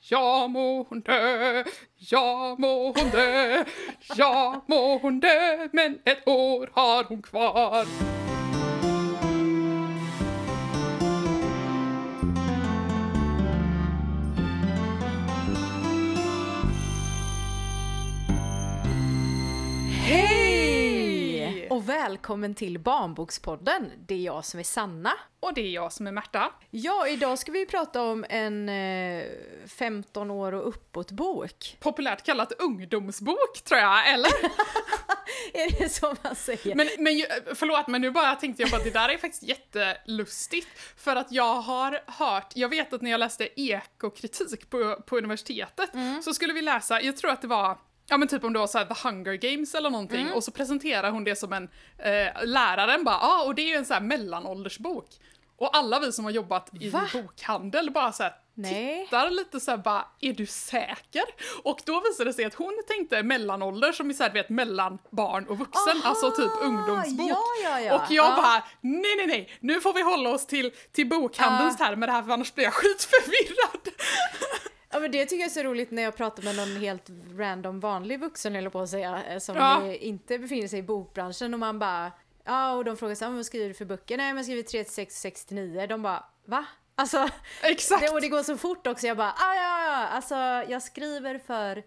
ja må hon dö, ja må hon dö, ja må hon dö, men ett år har hon kvar. Hej! Och välkommen till Barnbokspodden. Det är jag som är Sanna. Och det är jag som är Märta. Ja, idag ska vi prata om en 15 år och uppåt bok. Populärt kallat ungdomsbok, tror jag, eller? Är det så man säger? Men förlåt, men nu bara tänkte jag på att det där är faktiskt jättelustigt. För att jag har hört, jag vet att när jag läste ekokritik på universitetet så skulle vi läsa, jag tror att det var, ja men typ om det var så här The Hunger Games eller någonting, och så presenterar hon det som en läraren bara, och det är ju en så här mellanåldersbok. Och alla vi som har jobbat i bokhandel bara så här tittar lite så här bara, är du säker? Och då visade det sig att hon tänkte mellanålder som är så här, vet, mellan barn och vuxen, alltså typ ungdomsbok. Ja. Och jag bara, nej, nu får vi hålla oss till bokhandelns termer här, för annars blir jag skitförvirrad. Ja, men det tycker jag är så roligt när jag pratar med någon helt random vanlig vuxen, eller på att säga, som inte befinner sig i bokbranschen, och man bara, och de frågar så, vad skriver du för böcker? Nej, man skriver 36, 69. De bara, va? Alltså, exakt. Och det går så fort också. Jag bara, alltså jag skriver för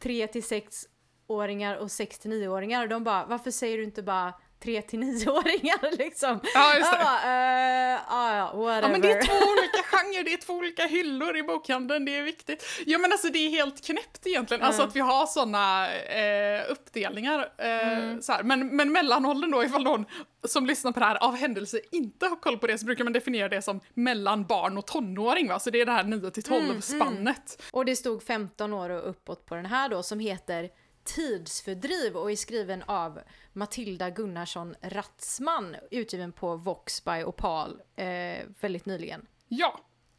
3-6-åringar och 6-9-åringar, och de bara, varför säger du inte bara 3-9-åringar liksom? Ja, just det. Whatever. Ja, men det är två olika genrer, det är två olika hyllor i bokhandeln, det är viktigt. Ja, men alltså det är helt knäppt egentligen, alltså att vi har såna uppdelningar. Så här. Men mellanåldern då, ifall någon som lyssnar på det här av händelse inte har koll på det, så brukar man definiera det som mellan barn och tonåring, va? Så det är det här 9-12-spannet. Och det stod 15 år och uppåt på den här då, som heter Tidsfördriv och är skriven av Matilda Gunnarsson Ratzman, utgiven på Vox by Opal väldigt nyligen. Ja.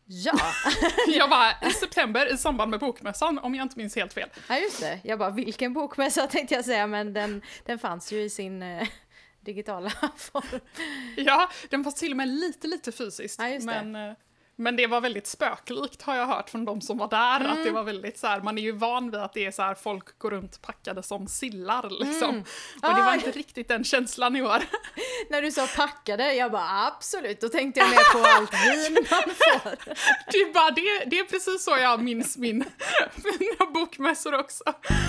Jag var i september i samband med bokmässan, om jag inte minns helt fel. Ja, just det. Jag bara, vilken bokmässa tänkte jag säga, men den fanns ju i sin digitala form. Ja, den fanns till och med lite fysiskt. Ja, just det. Men det var väldigt spöklikt, har jag hört från de som var där, att det var väldigt så här, man är ju van vid att det är så här, folk går runt packade som sillar liksom. Och det var inte riktigt den känslan i år. När du sa packade, jag bara absolut, då tänkte jag mer på allt vin man får. Det är precis så jag minns mina bokmässor också.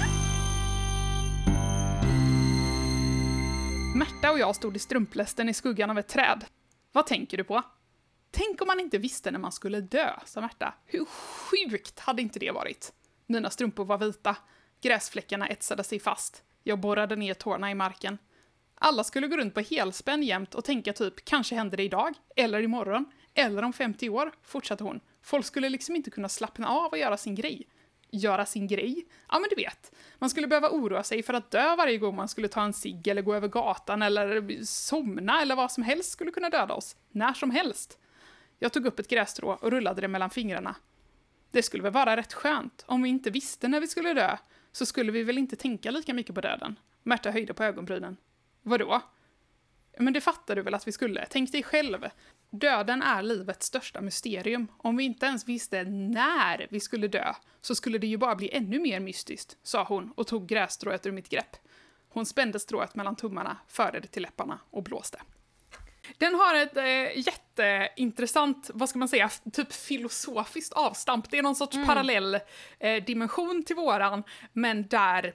Märta och jag stod i strumplästen i skuggan av ett träd. Vad tänker du på? Tänk om man inte visste när man skulle dö, sa Märta. Hur sjukt hade inte det varit? Mina strumpor var vita. Gräsfläckarna etsade sig fast. Jag borrade ner tårna i marken. Alla skulle gå runt på helspänn jämt och tänka typ, kanske händer det idag, eller imorgon, eller om 50 år, fortsatte hon. Folk skulle liksom inte kunna slappna av och göra sin grej. Göra sin grej? Ja, men du vet. Man skulle behöva oroa sig för att dö varje gång man skulle ta en cigg eller gå över gatan eller somna eller vad som helst skulle kunna döda oss. När som helst. Jag tog upp ett grässtrå och rullade det mellan fingrarna. Det skulle väl vara rätt skönt. Om vi inte visste när vi skulle dö, så skulle vi väl inte tänka lika mycket på döden. Märta höjde på ögonbrynen. Vadå? Men det fattar du väl att vi skulle. Tänk dig själv. Döden är livets största mysterium. Om vi inte ens visste när vi skulle dö, så skulle det ju bara bli ännu mer mystiskt, sa hon och tog grässtrået ur mitt grepp. Hon spände strået mellan tummarna, förde det till läpparna och blåste. Den har ett jätteintressant, vad ska man säga, typ filosofiskt avstamp. Det är någon sorts parallell dimension till våran, men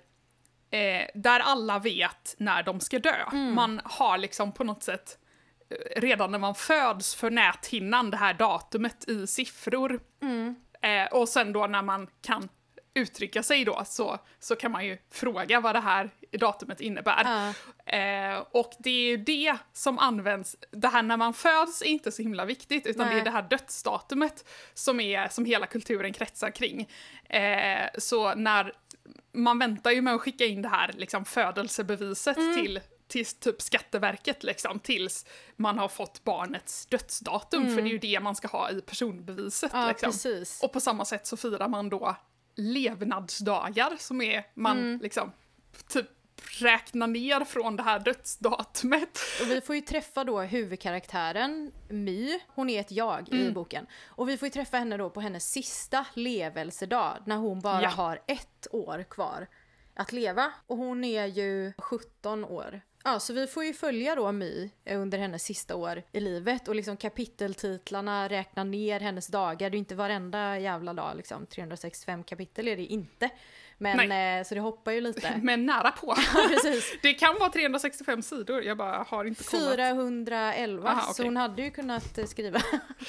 där alla vet när de ska dö. Man har liksom på något sätt redan när man föds för näthinnan det här datumet i siffror. Och sen då när man kan uttrycka sig då, så kan man ju fråga vad det här datumet innebär. Och det är ju det som används, det här när man föds är inte så himla viktigt, utan det är det här dödsdatumet som hela kulturen kretsar kring. Så när man väntar ju med att skicka in det här liksom födelsebeviset till typ Skatteverket liksom, tills man har fått barnets dödsdatum, för det är ju det man ska ha i personbeviset. Liksom. Precis. Och på samma sätt så firar man då levnadsdagar som är man liksom typ räkna ner från det här dödsdatumet. Och vi får ju träffa då huvudkaraktären My, hon är ett jag i boken. Och vi får ju träffa henne då på hennes sista levelsedag när hon bara har 1 år kvar att leva. Och hon är ju 17 år. Ja, så vi får ju följa då My under hennes sista år i livet och liksom kapiteltitlarna räknar ner hennes dagar. Det är inte varenda jävla dag liksom, 365 kapitel är det inte. Men så det hoppar ju lite. Men nära på. Ja, precis. Det kan vara 365 sidor, jag bara har inte kollat. 411, Aha, okay. Så hon hade ju kunnat skriva.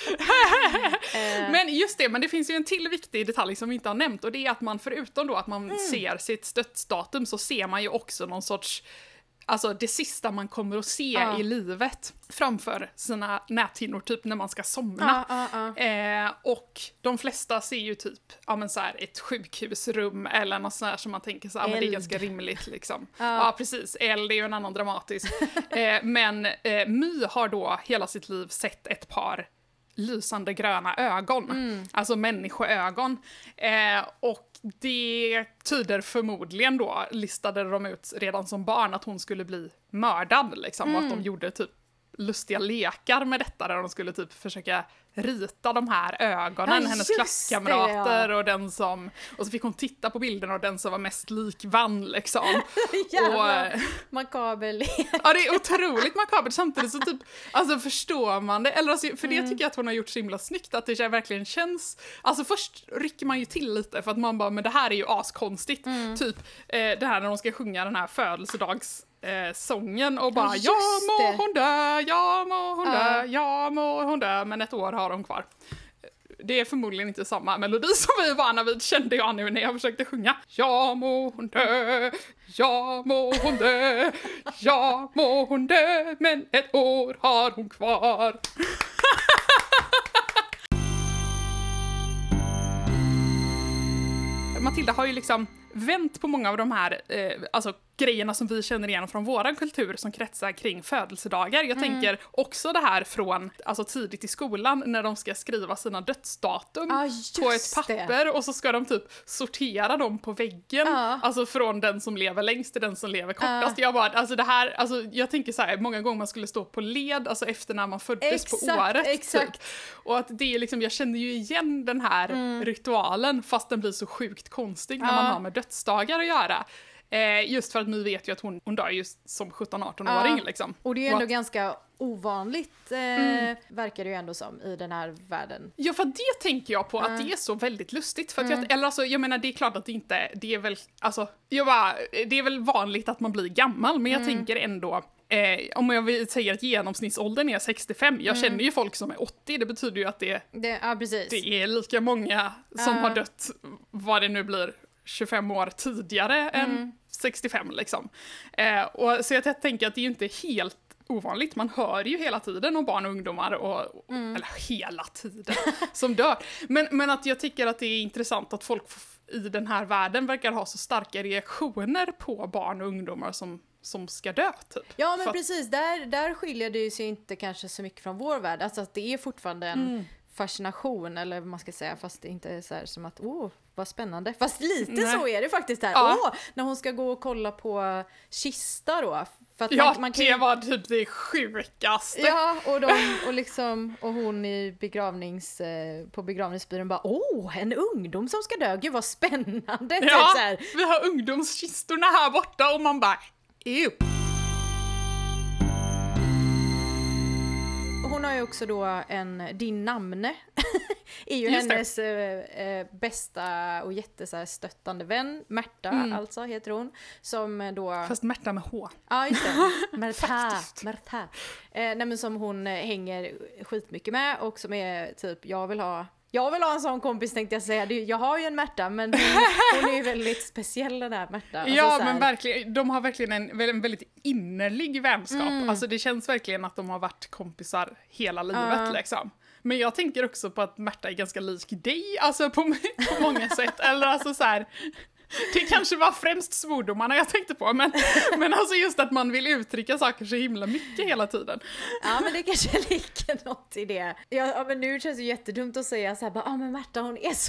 Men just det, men det finns ju en till viktig detalj som vi inte har nämnt, och det är att man förutom då att man ser sitt dödsdatum så ser man ju också någon sorts, alltså det sista man kommer att se i livet framför sina näthinnor typ när man ska somna. Och de flesta ser ju typ så här, ett sjukhusrum eller något sånt här som man tänker så här, men det är ganska rimligt liksom. Ja, precis. Eld är ju en annan dramatisk. Men My har då hela sitt liv sett ett par lysande gröna ögon, alltså människoögon. Och det tyder förmodligen då, listade de ut redan som barn, att hon skulle bli mördad liksom, och att de gjorde typ lustiga lekar med detta där de skulle typ försöka rita de här ögonen, hennes klasskamrater och den som, och så fick hon titta på bilden och den som var mest lik vann liksom. Jävla makabel. Ja, det är otroligt makabert samtidigt så typ, alltså förstår man det, eller alltså, för det tycker jag att hon har gjort så himla snyggt, att det verkligen känns, alltså först rycker man ju till lite för att man bara, men det här är ju askonstigt, typ det här när de ska sjunga den här födelsedagssången och bara ja må hon dö, ja må hon dö, ja må hon dö, men 1 år har de kvar. Det är förmodligen inte samma melodi som vi är vana vid, kände jag nu när jag försökte sjunga. Ja må hon dö, ja må hon dö, ja må hon dö, men 1 år har hon kvar. Matilda har ju liksom vänt på många av de här alltså grejerna som vi känner igen från våran kultur som kretsar kring födelsedagar. Jag tänker också det här från alltså tidigt i skolan när de ska skriva sina dödsdatum på ett papper och så ska de typ sortera dem på väggen, alltså från den som lever längst till den som lever kortast. Jag bara, alltså det här, alltså jag tänker så här, många gånger man skulle stå på led, alltså efter när man föddes på året. Exakt. Typ. Och att det är liksom, jag känner ju igen den här ritualen fast den blir så sjukt konstig när man har med dödsdagar att göra. Just för att nu vet ju att hon dör just som 17-18-åring liksom. Och det är ju ändå ganska ovanligt verkar det ju ändå som i den här världen. Ja, för det tänker jag på att det är så väldigt lustigt för att eller alltså, jag menar det är klart att det inte, det är väl alltså, det är väl vanligt att man blir gammal, men jag tänker ändå om jag säger att genomsnittsåldern är 65, jag känner ju folk som är 80, det betyder ju att det är lika många som har dött, vad det nu blir, 25 år tidigare än 65 liksom. Och så jag tänker att det är ju inte helt ovanligt, man hör ju hela tiden om barn och ungdomar eller hela tiden som dör. Men att jag tycker att det är intressant att folk i den här världen verkar ha så starka reaktioner på barn och ungdomar som ska dö typ. Ja, men precis, där skiljer det ju sig inte kanske så mycket från vår värld, alltså att det är fortfarande en fascination, eller vad man ska säga, fast det inte är så här som att vad spännande, fast lite så är det faktiskt här. När hon ska gå och kolla på kista då, för att man kan... det var typ det sjukaste. Ja, och hon i på begravningsbyrån bara, en ungdom som ska dö, gud vad spännande. Ja, typ så här. Vi har ungdomskistorna här borta och man bara, Hon har ju också då din namne är ju hennes bästa och jättestöttande vän, Märta alltså heter hon, som då... Fast Märta med H. Ja, just det. Märta. Nej, men som hon hänger skitmycket med och som är typ, jag vill ha en sån kompis, tänkte jag säga. Jag har ju en Märta, men hon är ju väldigt speciell, den här Märta. Alltså, ja, men verkligen, de har verkligen en väldigt innerlig vänskap. Alltså det känns verkligen att de har varit kompisar hela livet liksom. Men jag tänker också på att Märta är ganska lik dig, alltså på många sätt. Eller alltså så här, det kanske var främst svordomarna jag tänkte på, men alltså just att man vill uttrycka saker så himla mycket hela tiden. Ja, men det kanske ligger något i det. Ja, men nu känns det jättedumt att säga så här, men Märta, hon är så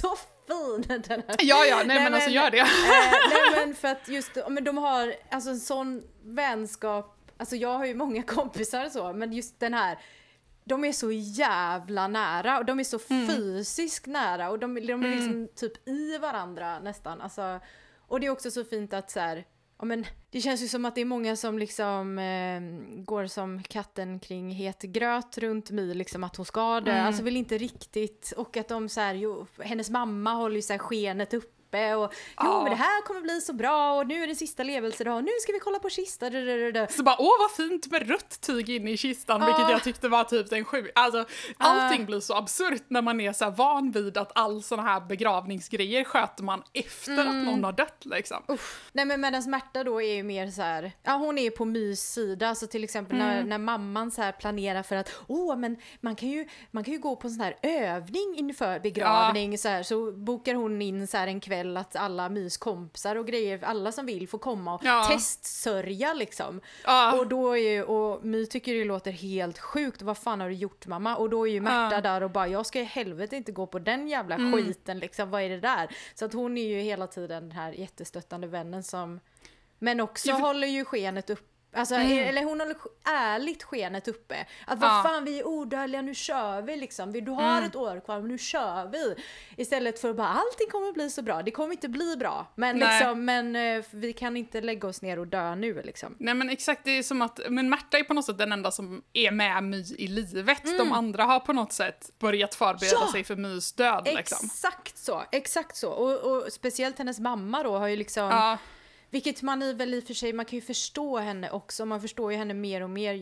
fin den här. Ja, nej men alltså gör det. Nej men för att just, men de har alltså en sån vänskap, alltså jag har ju många kompisar och så, men just den här, de är så jävla nära och de är så fysiskt nära och de är liksom typ i varandra nästan, alltså, och det är också så fint att så här, ja, men det känns ju som att det är många som liksom går som katten kring het gröt runt My, liksom att hon ska dö, alltså vill inte riktigt, och att de så här, hennes mamma håller ju så här skenet uppe och men det här kommer bli så bra och nu är det sista levelsedag, nu ska vi kolla på kista. Så bara, vad fint med rött tyg in i kistan, vilket jag tyckte var typ den alltså allting blir så absurt när man är så här van vid att all såna här begravningsgrejer sköter man efter att någon har dött liksom. Nej men medan Märta då är ju mer så här, ja hon är på Mys sida, så till exempel när mamman så här planerar för att men man kan ju gå på en sån här övning inför begravning så här, så bokar hon in så här en kväll att alla Mys kompisar och grejer, alla som vill får komma och testsörja liksom. Och då och My tycker det låter helt sjukt, vad fan har du gjort mamma? Och då är ju Märta där och bara, jag ska i helvete inte gå på den jävla skiten liksom, vad är det där? Så att hon är ju hela tiden den här jättestöttande vännen som, men också håller ju skenet upp. Alltså, eller hon håller ärligt skenet uppe. Att vad fan, vi är odödliga, nu kör vi liksom. Du har ett år kvar, men nu kör vi. Istället för att bara, allting kommer bli så bra. Det kommer inte bli bra. Men, liksom, vi kan inte lägga oss ner och dö nu liksom. Nej men exakt, det är som att, men Märta är på något sätt den enda som är med My i livet. De andra har på något sätt börjat förbereda sig för Mys död liksom. Exakt så. Och speciellt hennes mamma då har ju liksom... Vilket man väl i och för sig, man kan ju förstå henne också. Man förstår ju henne mer och mer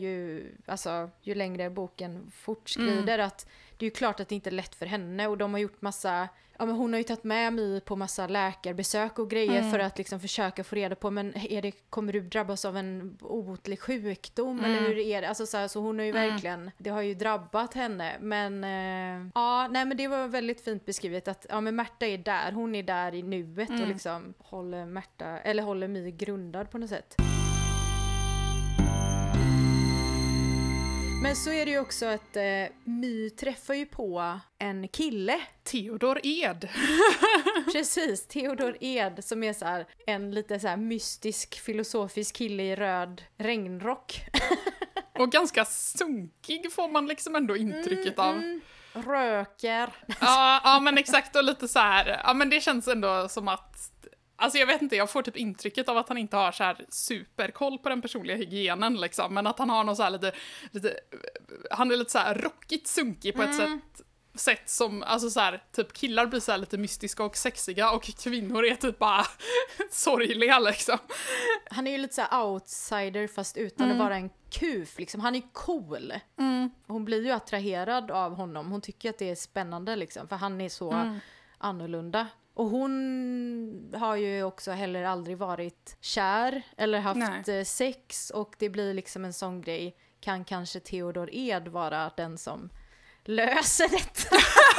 ju längre boken fortskrider. Att det är ju klart att det inte är lätt för henne. Och de har gjort massa... Ja, men hon har ju tagit med mig på massa läkarbesök och grejer för att liksom försöka få reda på, men kommer du drabbas av en obotlig sjukdom eller hur är det? Alltså så hon har ju verkligen, det har ju drabbat henne, men nej men det var väldigt fint beskrivet att men Märta är där, hon är där i nuet och liksom håller My grundad på något sätt. Men så är det ju också att My träffar ju på en kille. Theodor Ed. Precis, Theodor Ed som är så här, en lite så här mystisk, filosofisk kille i röd regnrock. Och ganska sunkig får man liksom ändå intrycket av. Röker. Ja, men exakt, och lite så här, ja men det känns ändå som att, alltså jag vet inte, jag får typ intrycket av att han inte har så här superkoll på den personliga hygienen liksom, men att han har någon så här lite han är lite så här rockigt sunkig på ett sätt som, alltså så här, typ killar blir så här lite mystiska och sexiga och kvinnor är typ bara sorgliga liksom. Han är ju lite så här outsider fast utan att vara en kuf liksom. Han är cool. Hon blir ju attraherad av honom. Hon tycker att det är spännande liksom, för han är så annorlunda. Och hon har ju också heller aldrig varit kär eller haft sex, och det blir liksom en sån grej. Kan kanske Theodor Ed vara den som löser detta?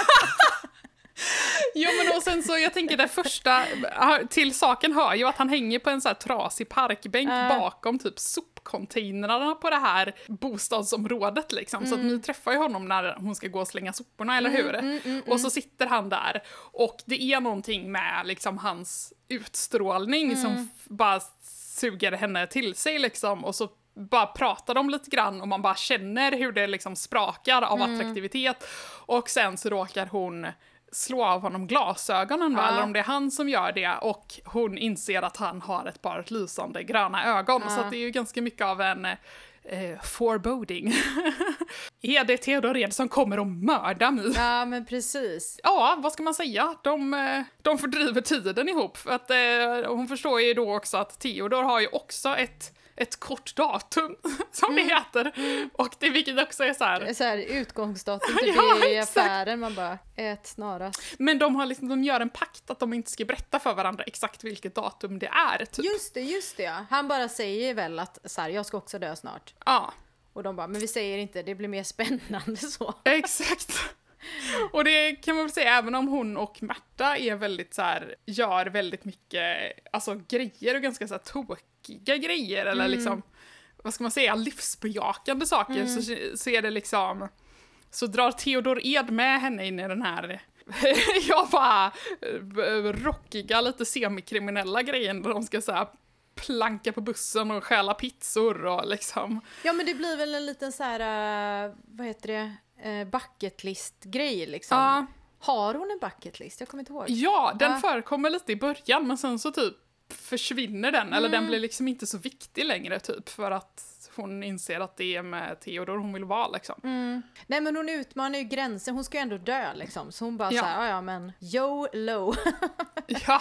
Jo men och sen så, jag tänker det första till saken hör ju att han hänger på en så här trasig parkbänk bakom typ sopcontainrarna på det här bostadsområdet liksom, så att nu träffar ju honom när hon ska gå och slänga soporna, eller hur? Och så sitter han där och det är någonting med liksom hans utstrålning som bara suger henne till sig liksom, och så bara pratar de lite grann och man bara känner hur det liksom sprakar av attraktivitet, och sen så råkar hon slå av honom glasögonen eller om det är han som gör det, och hon inser att han har ett par lysande gröna ögon, så att det är ju ganska mycket av en foreboding. Är det Theodor Ed som kommer att mörda mig? Ja, men precis. Ja, vad ska man säga? De fördriver tiden ihop, för att hon förstår ju då också att Theodor har ju också ett kort datum som det heter, och det, vilket också är så här utgångsdatum typ i affären, man bara snarast. Men de gör en pakt att de inte ska berätta för varandra exakt vilket datum det är typ. Just det ja. Han bara säger väl att så här, jag ska också dö snart. Ja. Och de bara, men vi säger inte, det blir mer spännande så. Exakt. Och det kan man väl säga, även om hon och Märta är väldigt så här, gör väldigt mycket alltså grejer och ganska så här tokiga grejer, eller liksom, vad ska man säga, livsbejakande saker, så är det liksom, så drar Theodor Ed med henne in i den här Jag bara rockiga, lite semikriminella grejer där de ska så här planka på bussen och stjäla pizzor och liksom. Ja, men det blir väl en liten så här, vad heter det, bucketlist-grej liksom. Ja. Har hon en bucketlist? Jag kommer inte ihåg. Ja, den förekommer lite i början, men sen så typ försvinner den, eller den blir liksom inte så viktig längre typ, för att hon inser att det är med Theodor hon vill vara liksom. Nej, men hon utmanar ju gränsen, hon ska ju ändå dö liksom, så hon bara såhär, ja men YOLO. Ja.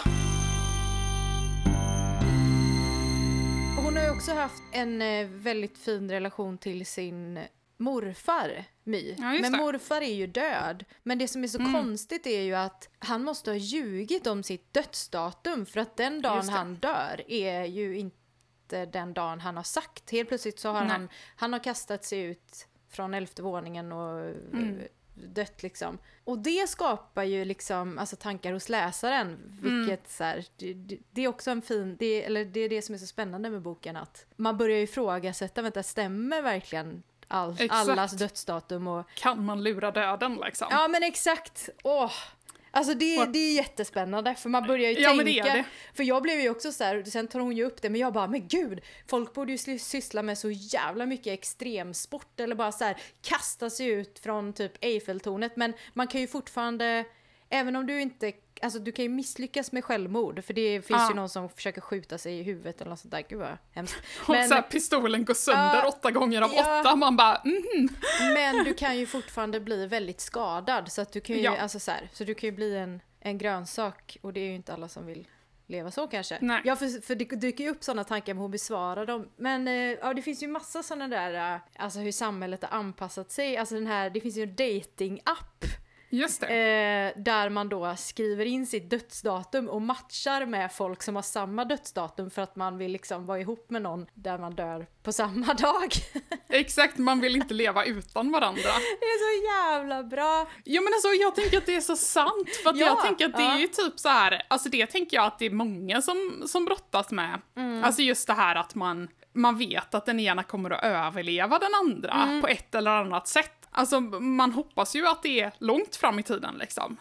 Hon har ju också haft en väldigt fin relation till sin morfar, My. Ja, just men det. morfar är ju död. Men det som är så konstigt är ju att han måste ha ljugit om sitt dödsdatum, för att den dagen han dör är ju inte den dagen han har sagt. Helt plötsligt så har han har kastat sig ut från 11:e våningen och dött liksom. Och det skapar ju liksom alltså tankar hos läsaren, vilket så här, det är också en fin, det är det som är så spännande med boken, att man börjar ju ifrågasätta, vänta, stämmer verkligen allas dödsdatum? Och Kan man lura döden liksom? ja, men exakt. Alltså det är jättespännande, för man börjar ju tänka, men det är det. För jag blev ju också så här, sen tar hon ju upp det, men jag bara, men gud, folk borde ju syssla med så jävla mycket extremsport, eller bara så här kasta sig ut från typ Eiffeltornet, men man kan ju fortfarande, även om du inte, alltså du kan ju misslyckas med självmord, för det finns ju någon som försöker skjuta sig i huvudet eller något sånt där, gud vad hemskt. Och så här, pistolen går sönder 8 gånger av 8, man bara Men du kan ju fortfarande bli väldigt skadad, så att du kan ju, alltså så här, så du kan ju bli en grönsak, och det är ju inte alla som vill leva så kanske. Nej. Ja, för det dyker ju upp sådana tankar, men hon besvarar dem. Men ja, det finns ju massa sådana där, alltså hur samhället har anpassat sig, alltså det finns ju en dating-app. Just det. Där man då skriver in sitt dödsdatum och matchar med folk som har samma dödsdatum, för att man vill liksom vara ihop med någon där man dör på samma dag. Exakt, man vill inte leva utan varandra. Det är så jävla bra. Ja, men alltså jag tänker att det är så sant, för att jag tänker att det är ju typ så här, alltså det tänker jag att det är många som brottas med. Alltså just det här att man vet att den ena kommer att överleva den andra på ett eller annat sätt. Alltså man hoppas ju att det är långt fram i tiden liksom.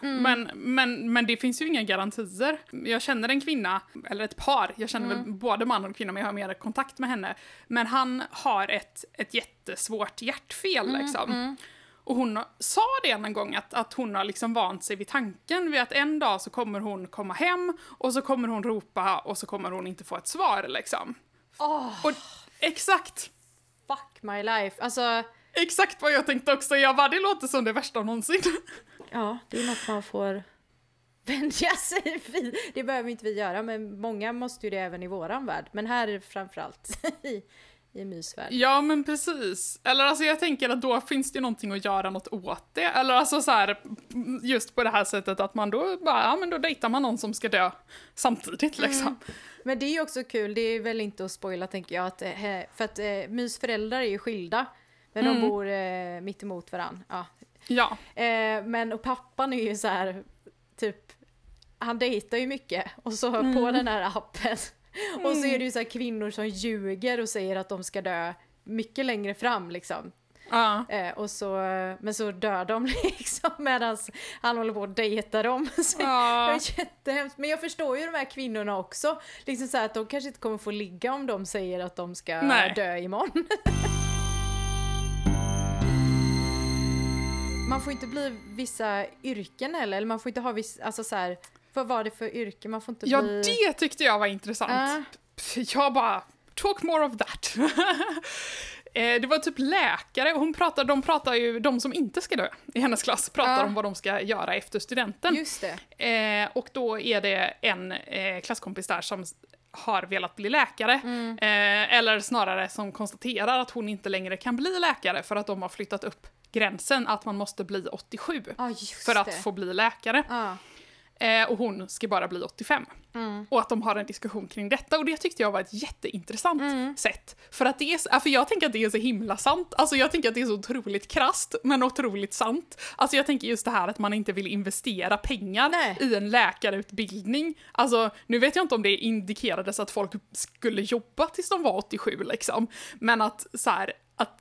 Men det finns ju inga garantier. Jag känner en kvinna, eller ett par, jag känner väl både man och kvinna, men jag har mer kontakt med henne. Men han har ett jättesvårt hjärtfel liksom. Och hon sa det en gång att hon har liksom vant sig vid tanken vid att en dag så kommer hon komma hem och så kommer hon ropa och så kommer hon inte få ett svar liksom. Och exakt. Fuck my life. Alltså, exakt vad jag tänkte också. Jag bara, det låter som det värsta någonsin. ja, det är något man får vänja sig vid. Det behöver inte vi göra, men många måste ju det även i våran värld. Men här är det framförallt i mysvärld. Ja, men precis. Eller alltså jag tänker att då finns det ju någonting att göra något åt det. Eller alltså så här, just på det här sättet att man då bara, ja men då dejtar man någon som ska dö samtidigt liksom. Men det är ju också kul, det är väl inte att spoila tänker jag, att, för att Mys föräldrar är ju skilda, men de bor mitt emot varann. Ja. Men och pappan är ju så här, typ, han dejtar ju mycket, och så på den här appen. Och så är det ju så här kvinnor som ljuger och säger att de ska dö mycket längre fram liksom. Och så, men så dör de liksom medan han håller på att dejta dem. Så det är jättehemskt. Men jag förstår ju de här kvinnorna också. Liksom så här att de kanske inte kommer få ligga om de säger att de ska dö imorgon. Man får inte bli vissa yrken eller man får inte ha vissa, alltså så här, vad var det för yrke? Man får inte bli... Ja, det tyckte jag var intressant. Jag bara, talk more of that. Det var typ läkare, och de pratar ju, de som inte ska dö i hennes klass pratar om vad de ska göra efter studenten. Just det. Och då är det en klasskompis där som har velat bli läkare, eller snarare som konstaterar att hon inte längre kan bli läkare för att de har flyttat upp gränsen att man måste bli 87 för att få bli läkare. Och hon ska bara bli 85. Och att de har en diskussion kring detta. Och det tyckte jag var ett jätteintressant sätt. För att för jag tänker att det är så himla sant. Alltså jag tänker att det är så otroligt krasst, men otroligt sant. Alltså jag tänker just det här att man inte vill investera pengar i en läkarutbildning. Alltså nu vet jag inte om det indikerades att folk skulle jobba tills de var 87 liksom. Men att så här, att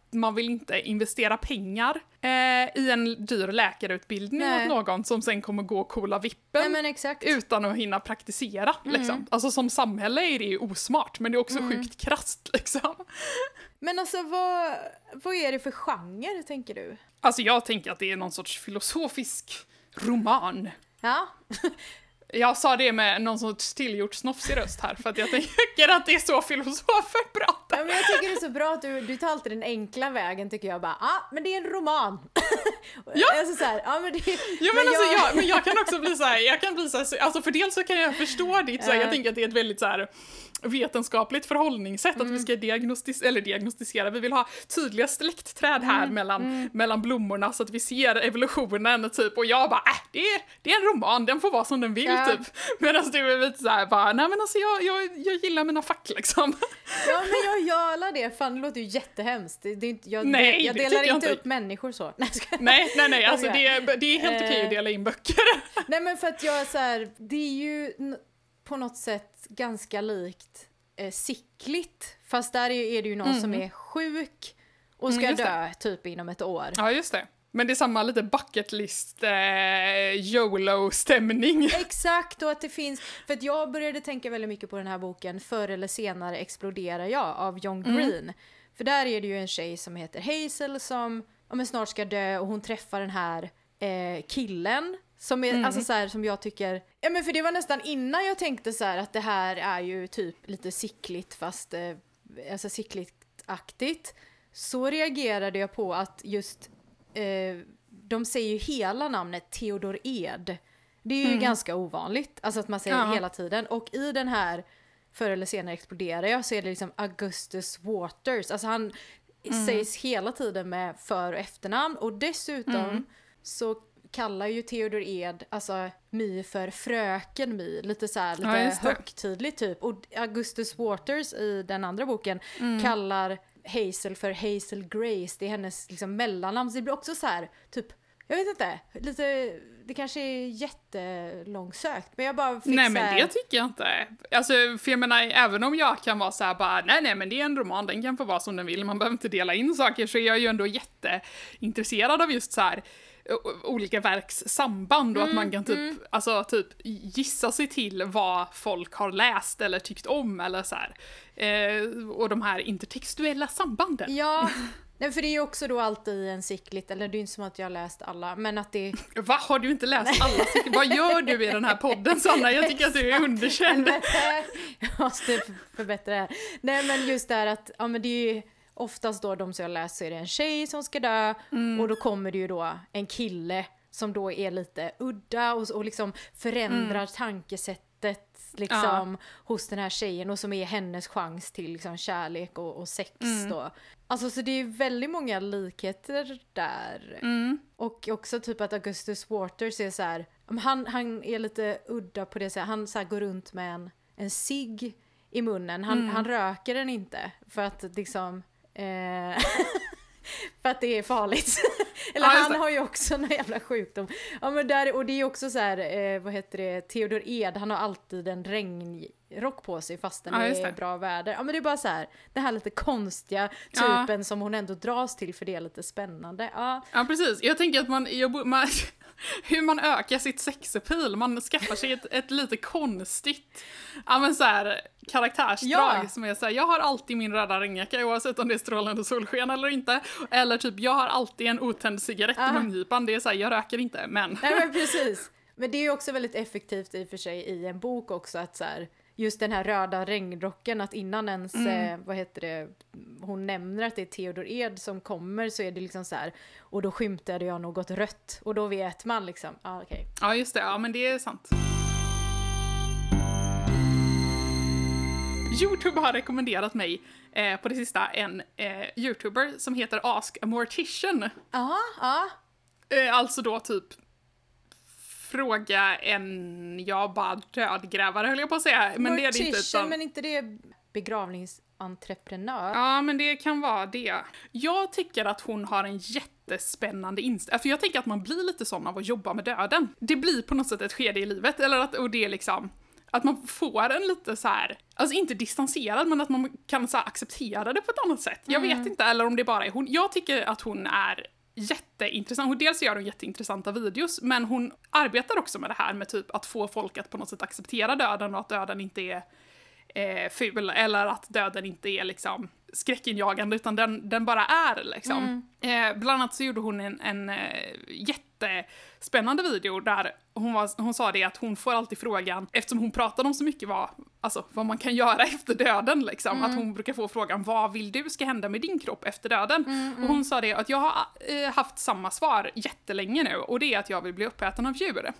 man vill inte investera pengar i en dyr läkarutbildning åt någon som sen kommer gå och kolla vippen. Nej, men exakt. Utan att hinna praktisera. Liksom. Alltså som samhälle är det ju osmart, men det är också sjukt krasst. Liksom. Men alltså vad är det för genre, tänker du? Alltså jag tänker att det är någon sorts filosofisk roman. Ja. Jag sa det med någon sorts tillgjort snofsig röst här, för att jag tänker att det är så filosofer pratar. Ja, men jag tycker det är så bra att du tar alltid den enkla vägen, tycker jag. Bara, men det är en roman. Ja. Alltså så här, men det, men jag kan också bli så här, alltså för dels så kan jag förstå ditt, så här, jag tänker att det är ett väldigt så här vetenskapligt förhållningssätt, att vi ska diagnostisera, vi vill ha tydliga släktträd här mellan blommorna så att vi ser evolutionen typ, och jag bara, det är en roman, den får vara som den vill typ, medan du är lite såhär bara, nej men alltså jag gillar mina fack liksom. Ja, men jag gör det, fan det låter ju jättehemskt. Det är inte, jag delar inte upp människor så. Nej, alltså det är helt okej att dela in böcker. Nej, men för att jag så här, det är ju på något sätt ganska likt sickligt, fast där är det ju någon som är sjuk och ska dö typ inom ett år. Ja, just det. Men det är samma lite bucket list YOLO-stämning. Exakt, och att det finns, för att jag började tänka väldigt mycket på den här boken Förr eller senare exploderar jag av John Green. För där är det ju en tjej som heter Hazel som snart ska dö, och hon träffar den här killen som är alltså så här, som jag tycker, ja men för det var nästan innan jag tänkte så här att det här är ju typ lite sickligt, fast alltså sickligt-aktigt, så reagerade jag på att just de säger ju hela namnet Theodor Ed. Det är ju ganska ovanligt, alltså att man säger det hela tiden, och i den här Förr eller senare exploderar jag, så är det liksom Augustus Waters, alltså han sägs hela tiden med för- och efternamn, och dessutom så kallar ju Theodor Ed alltså My för fröken My, lite så här, lite högtidligt typ, och Augustus Waters i den andra boken kallar Hazel för Hazel Grace, det är hennes liksom mellannamn, så det blir också så här typ, jag vet inte, lite, det kanske är jättelångsökt, men jag bara fick nej, men det tycker jag inte. Alltså, för jag menar, även om jag kan vara så här bara, nej, men det är en roman, den kan få vara som den vill, man behöver inte dela in saker, så är jag ju ändå jätteintresserad av just så här olika verks samband, och att man kan typ gissa sig till vad folk har läst eller tyckt om, eller så här. Och de här intertextuella sambanden. Ja. Nej, för det är ju också då alltid en cykligt, eller det är inte som att jag har läst alla, men att det... Va? Har du inte läst alla cykligt? Vad gör du i den här podden, Sanna? Jag tycker att du är underkänd. Jag måste förbättra det här. Nej, men just det här att, ja men det är ju oftast då de som jag läst, så är det en tjej som ska dö, och då kommer det ju då en kille som då är lite udda och liksom förändrar tankesättet liksom hos den här tjejen, och som är hennes chans till liksom kärlek och sex då. Alltså så det är väldigt många likheter där. Och också typ att Augustus Waters är så här, han är lite udda på det, så här, han så här går runt med en cigg i munnen. Han röker den inte för att liksom för att det är farligt. Eller han har ju också en jävla sjukdom. Ja, men där, och det är ju också så här, vad heter det, Theodor Ed, han har alltid en regnrock på sig fastän det är bra väder. Ja, men det är bara så här, det här lite konstiga typen som hon ändå dras till, för det är lite spännande. Ja, precis. Jag tänker att man hur man ökar sitt sexappeal, man skaffar sig ett lite konstigt så här karaktärsdrag som är så här, jag har alltid min röda regnjacka oavsett om det är strålande solsken eller inte, eller typ jag har alltid en otänd cigarett i mungipan, det är så här, jag röker inte, men nej, men precis. Men det är ju också väldigt effektivt i och för sig i en bok också, att så här, just den här röda regnrocken, att innan ens vad heter det, hon nämner att det är Theodor Ed som kommer, så är det liksom så här, och då skymtade jag något rött, och då vet man liksom, okej. Ja, just det, men det är sant. YouTube har rekommenderat mig på det sista en YouTuber som heter Ask a Mortician. Alltså då typ fråga en dödgrävare, höll jag på att säga. Men det är det inte, utan... men inte det begravningsentreprenör? Ja, men det kan vara det. Jag tycker att hon har en jättespännande inställning. För jag tänker att man blir lite sån av att jobba med döden. Det blir på något sätt ett skede i livet. Och det är liksom... Att man får en lite så här, alltså inte distanserad, men att man kan så här acceptera det på ett annat sätt. Jag vet inte, eller om det bara är hon. Jag tycker att hon är jätteintressant. Dels gör hon jätteintressanta videos, men hon arbetar också med det här med typ att få folk att på något sätt acceptera döden och att döden inte är ful, eller att döden inte är liksom skräckinjagande, utan den bara är liksom. Bland annat så gjorde hon en jättespännande video där hon sa det att hon får alltid frågan, eftersom hon pratade om så mycket vad man kan göra efter döden liksom, att hon brukar få frågan, vad vill du ska hända med din kropp efter döden? Och hon sa det att jag har haft samma svar jättelänge nu, och det är att jag vill bli uppäten av djur.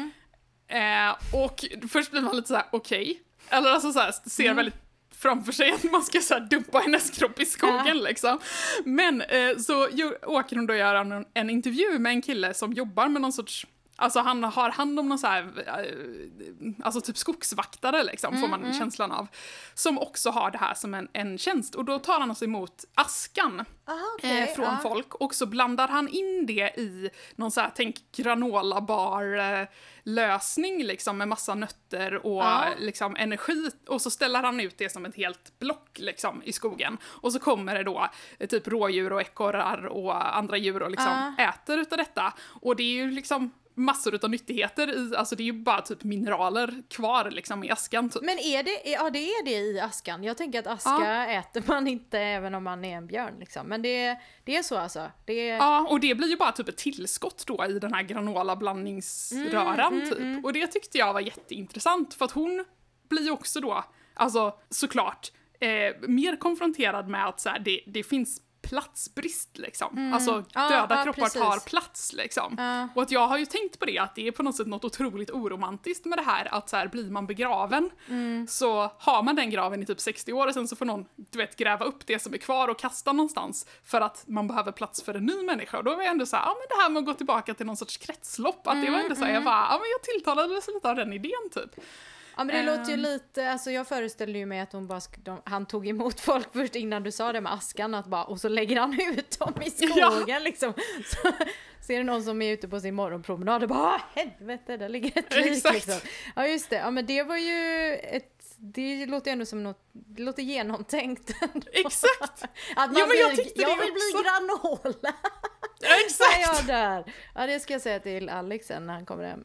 Och först blir man lite så här: okej. Eller alltså så här, ser väldigt framför sig att man ska så här dumpa hennes kropp i skogen liksom. Men så åker hon då och gör en intervju med en kille som jobbar med någon sorts, alltså han har hand om någon så här, alltså typ skogsvaktare liksom, får man känslan av. Som också har det här som en tjänst. Och då tar han oss emot askan från folk. Och så blandar han in det i någon så här, tänk granola-bar lösning liksom, med massa nötter och liksom energi. Och så ställer han ut det som ett helt block liksom i skogen. Och så kommer det då typ rådjur och ekorrar och andra djur och liksom äter utav detta. Och det är ju liksom massor utav nyttigheter i, alltså det är ju bara typ mineraler kvar liksom i askan typ. Men är det i askan? Jag tänker att aska äter man inte även om man är en björn liksom. Men det är så alltså. Ja, och det blir ju bara typ ett tillskott då i den här granola-blandningsröran typ. Och det tyckte jag var jätteintressant, för att hon blir ju också då, alltså såklart mer konfronterad med att så här, det finns platsbrist liksom. Alltså döda kroppar tar plats liksom. Och att jag har ju tänkt på det, att det är på något sätt något otroligt oromantiskt med det här, att så här, blir man begraven så har man den graven i typ 60 år och sen så får någon, du vet, gräva upp det som är kvar och kasta någonstans för att man behöver plats för en ny människa. Och då var jag ändå så här, men det här med att gå tillbaka till någon sorts kretslopp, att det var ändå så här, jag bara, men jag tilltalade sig lite av den idén typ. Ja, men det låter ju lite, alltså jag föreställde ju mig att han tog emot folk först innan du sa det med askan, att bara, och så lägger han ut dem i skogen liksom. Så ser det någon som är ute på sin morgonpromenad och bara, helvete, där ligger ett lik liksom. Ja just det, ja men det var ju det låter ändå som något, det låter genomtänkt ändå. Exakt! Att jag vill bli granola. Ja, exakt! Jag där. Ja, det ska jag säga till Alex sen när han kommer hem.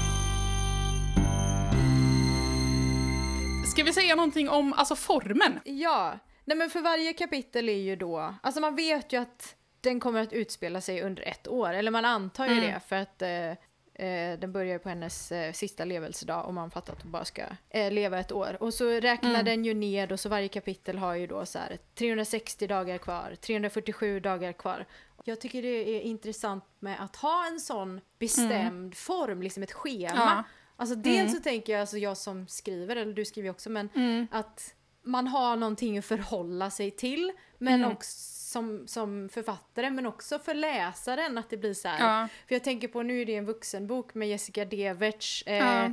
Ska vi säga någonting om alltså formen? Ja, nej men för varje kapitel är ju då, alltså man vet ju att den kommer att utspela sig under 1 år, eller man antar ju det, för att den börjar på hennes sista levelsedag och man fattar att hon bara ska leva 1 år. Och så räknar den ju ned, och så varje kapitel har ju då så här 360 dagar kvar, 347 dagar kvar. Jag tycker det är intressant med att ha en sån bestämd form, liksom ett schema. Ja. Alltså dels så tänker jag, alltså jag som skriver, eller du skriver också, men att man har någonting att förhålla sig till, men också som författare, men också för läsaren, att det blir så här. Ja. För jag tänker på, nu är det en vuxenbok med Jessica Deverts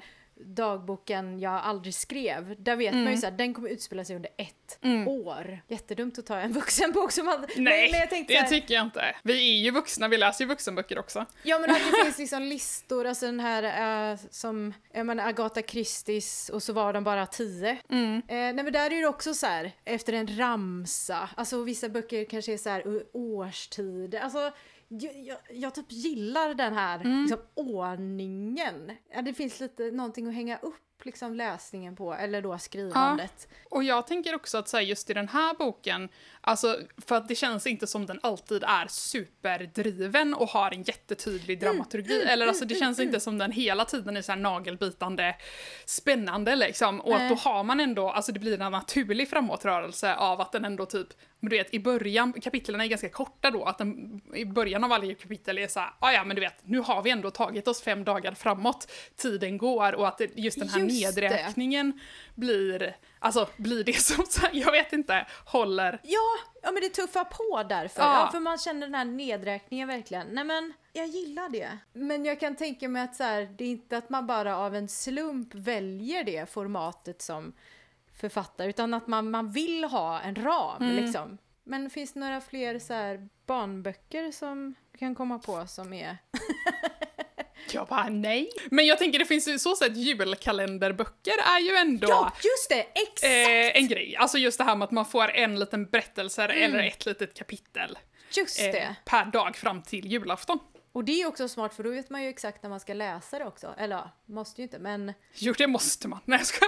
dagboken jag aldrig skrev. Där vet man ju så här, den kommer utspela sig under 1 år. Jättedumt att ta en vuxenbok som man... Nej, men jag tänkte det tycker jag inte. Vi är ju vuxna, vi läser ju vuxenböcker också. Ja, men att det finns liksom listor, alltså den här som Agatha Christies, och så var de bara 10. Nej, men där är det också så här, efter en ramsa. Alltså vissa böcker kanske är så här årstid. Alltså jag typ gillar den här liksom, ordningen. Ja, det finns lite någonting att hänga upp liksom läsningen på, eller då skrivandet. Ja. Och jag tänker också att så här, just i den här boken, alltså för att det känns inte som den alltid är superdriven och har en jättetydlig dramaturgi, eller alltså det känns inte som den hela tiden är så här nagelbitande spännande liksom, och att då har man ändå, alltså det blir en naturlig framåtrörelse av att den ändå typ, men du vet, i början, kapitlen är ganska korta då, att den, i början av varje kapitel är så här, ja men du vet, nu har vi ändå tagit oss 5 dagar framåt, tiden går, och att just den här nedräkningen blir det som, jag vet inte, håller. Ja, men det tuffar på därför. Ja, för man känner den här nedräkningen verkligen. Nej, men jag gillar det. Men jag kan tänka mig att så här, det är inte att man bara av en slump väljer det formatet som författare, utan att man vill ha en ram liksom. Men finns det några fler så här barnböcker som kan komma på som är Jag bara, nej. Men jag tänker, det finns ju så sätt julkalenderböcker är ju ändå... Ja, just det! Exakt! En grej. Alltså just det här med att man får en liten berättelse eller ett litet kapitel. Just det. Per dag fram till julafton. Och det är också smart, för då vet man ju exakt när man ska läsa det också. Eller ja, måste ju inte, men... Jo, det måste man. Nej, jag ska...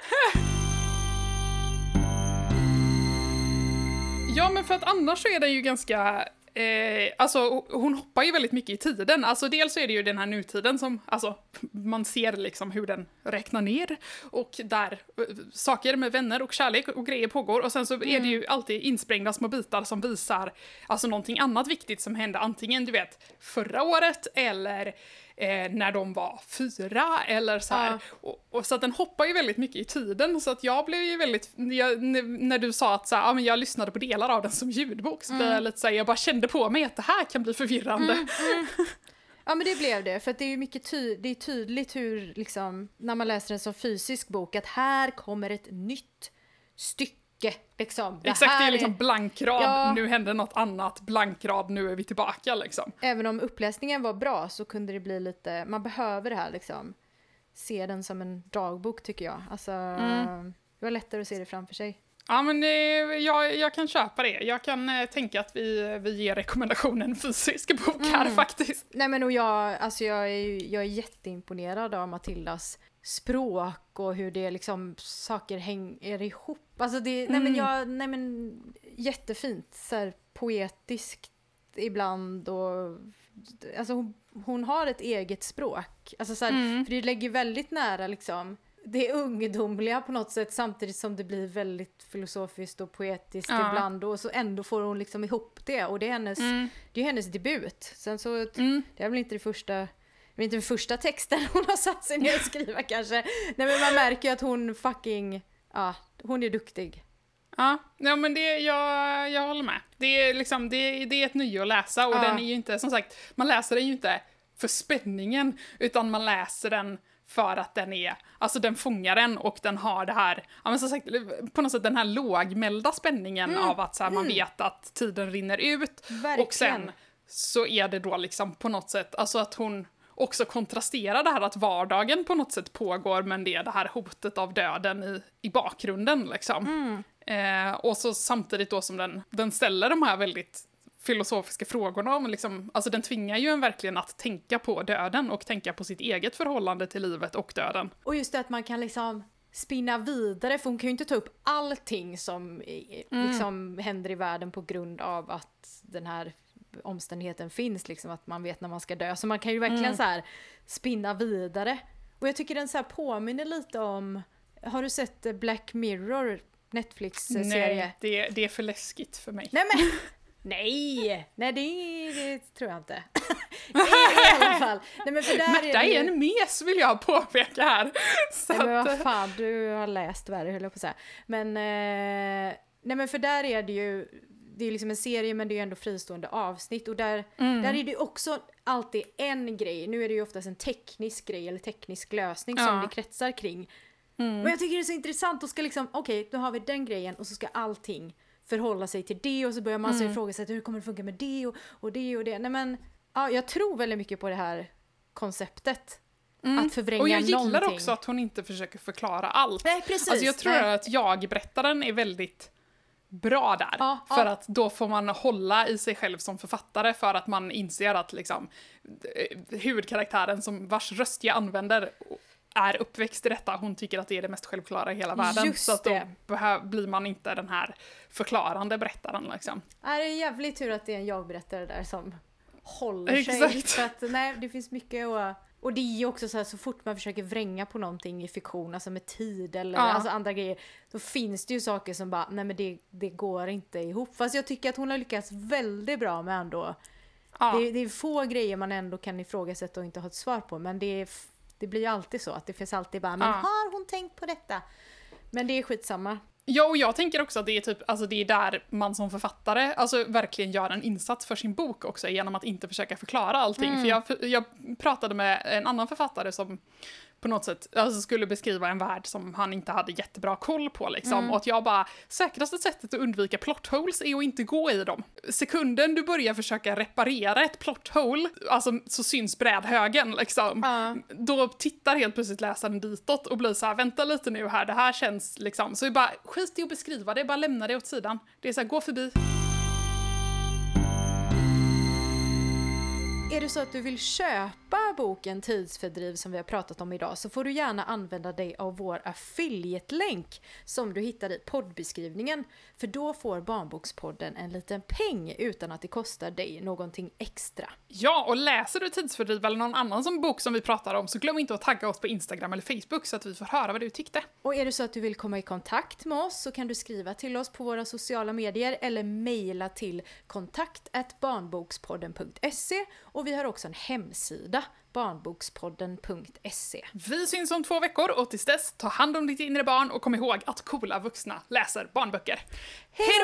Ja, men för att annars så är det ju ganska... alltså hon hoppar ju väldigt mycket i tiden. Alltså dels så är det ju den här nutiden som, alltså man ser liksom hur den räknar ner och där saker med vänner och kärlek och grejer pågår, och sen så är det ju alltid insprängda små bitar som visar alltså någonting annat viktigt som hände antingen, du vet, förra året eller när de var 4 eller så här. Och så att den hoppar ju väldigt mycket i tiden, så att jag blev ju väldigt, när du sa att så här, ja, men jag lyssnade på delar av den som ljudbok, så blev jag lite så här, jag bara kände på mig att det här kan bli förvirrande. Ja, men det blev det, för att det är ju mycket det är tydligt hur liksom, när man läser den som fysisk bok, att här kommer ett nytt stycke. Liksom. Exakt, det är liksom blankrad, nu händer något annat, blankrad, nu är vi tillbaka liksom. Även om uppläsningen var bra så kunde det bli lite, man behöver det här liksom, se den som en dagbok tycker jag. Alltså, det var lättare att se det framför sig. Ja, men jag kan köpa det. Jag kan tänka att vi ger rekommendationen fysisk bok här faktiskt. Nej, men och jag är jätteimponerad av Matildas språk och hur det liksom saker hänger ihop. Alltså det, nej men jättefint, så här poetiskt ibland, och alltså hon har ett eget språk. Alltså så här, för det lägger väldigt nära liksom det ungdomliga på något sätt, samtidigt som det blir väldigt filosofiskt och poetiskt ibland, och så ändå får hon liksom ihop det, och det är hennes debut. Sen så det är väl inte den första texten hon har satt sig ner och skriva kanske. Nej, men man märker ju att hon hon är duktig. Ja, men jag håller med. Det är liksom, det är ett nöje att läsa, och den är ju inte, som sagt, man läser den ju inte för spänningen, utan man läser den för att den fångar den, och den har det här, ja men som sagt, på något sätt den här lågmälda spänningen av att så här, man vet att tiden rinner ut. Verkligen. Och sen så är det då liksom på något sätt, alltså att hon också kontrasterar det här att vardagen på något sätt pågår, men det är det här hotet av döden i bakgrunden liksom. Och så samtidigt då som den ställer de här väldigt filosofiska frågorna om liksom, alltså den tvingar ju en verkligen att tänka på döden och tänka på sitt eget förhållande till livet och döden. Och just det att man kan liksom spinna vidare, för hon kan ju inte ta upp allting som liksom händer i världen på grund av att den här omständigheten finns, liksom att man vet när man ska dö. Så man kan ju verkligen så här spinna vidare. Och jag tycker den så här påminner lite om, har du sett Black Mirror, Netflix-serie? Nej, det är för läskigt för mig. Nej, men nej, det tror jag inte. I alla fall. Nej, men för där Märta är en mes, vill jag påpeka här. Nej, men vad fan, du har läst värre, höll jag på att säga. Men, nej, men för där är det ju, det är liksom en serie, men det är ju ändå fristående avsnitt, och där är det också alltid en grej. Nu är det ju oftast en teknisk grej eller teknisk lösning som det kretsar kring. Men jag tycker det är så intressant, och ska liksom, okej, då har vi den grejen, och så ska allting förhålla sig till det, och så börjar man så ifrågasätta hur kommer det funka med det och det och det. Nej, men jag tror väldigt mycket på det här konceptet. Att förvränga någonting. Och jag gillar också att hon inte försöker förklara allt. Nej, precis. Alltså jag tror att jag-berättaren är väldigt bra där. För att då får man hålla i sig själv som författare, för att man inser att liksom, huvudkaraktären vars röst jag använder är uppväxt i detta. Hon tycker att det är det mest självklara i hela världen. Just så att då blir man inte den här förklarande berättaren liksom. Det är jävligt tur att det är en jag-berättare där som håller sig. Exakt. För att nej, det finns mycket och det är ju också så här, så fort man försöker vränga på någonting i fiktion, alltså med tid eller alltså andra grejer, då finns det ju saker som bara, nej men det går inte ihop. Fast jag tycker att hon har lyckats väldigt bra med ändå. Det är få grejer man ändå kan ifrågasätta och inte ha ett svar på, men det blir ju alltid så att det finns alltid bara, men har hon tänkt på detta? Men det är skitsamma. Ja, och jag tänker också att det är typ, alltså det är där man som författare alltså verkligen gör en insats för sin bok också, genom att inte försöka förklara allting. För jag pratade med en annan författare som på något sätt alltså skulle beskriva en värld som han inte hade jättebra koll på liksom. Och att jag bara, säkraste sättet att undvika plot holes är att inte gå i dem. Sekunden du börjar försöka reparera ett plot hole, alltså så syns brädhögen liksom. Då tittar helt plötsligt läsaren ditåt och blir så här, vänta lite nu här, det här känns liksom. Så det är bara, skit i att beskriva det, bara lämna det åt sidan. Det är så här, gå förbi. Är det så att du vill köpa boken Tidsfördriv som vi har pratat om idag, så får du gärna använda dig av vår affiliate-länk som du hittar i poddbeskrivningen. För då får Barnbokspodden en liten peng utan att det kostar dig någonting extra. Ja, och läser du Tidsfördriv eller någon annan som bok som vi pratar om, så glöm inte att tagga oss på Instagram eller Facebook så att vi får höra vad du tyckte. Och är det så att du vill komma i kontakt med oss, så kan du skriva till oss på våra sociala medier eller mejla till kontakt@barnbokspodden.se. Och vi har också en hemsida, barnbokspodden.se. Vi syns om 2 veckor och tills dess, ta hand om ditt inre barn och kom ihåg att coola vuxna läser barnböcker. Hej då!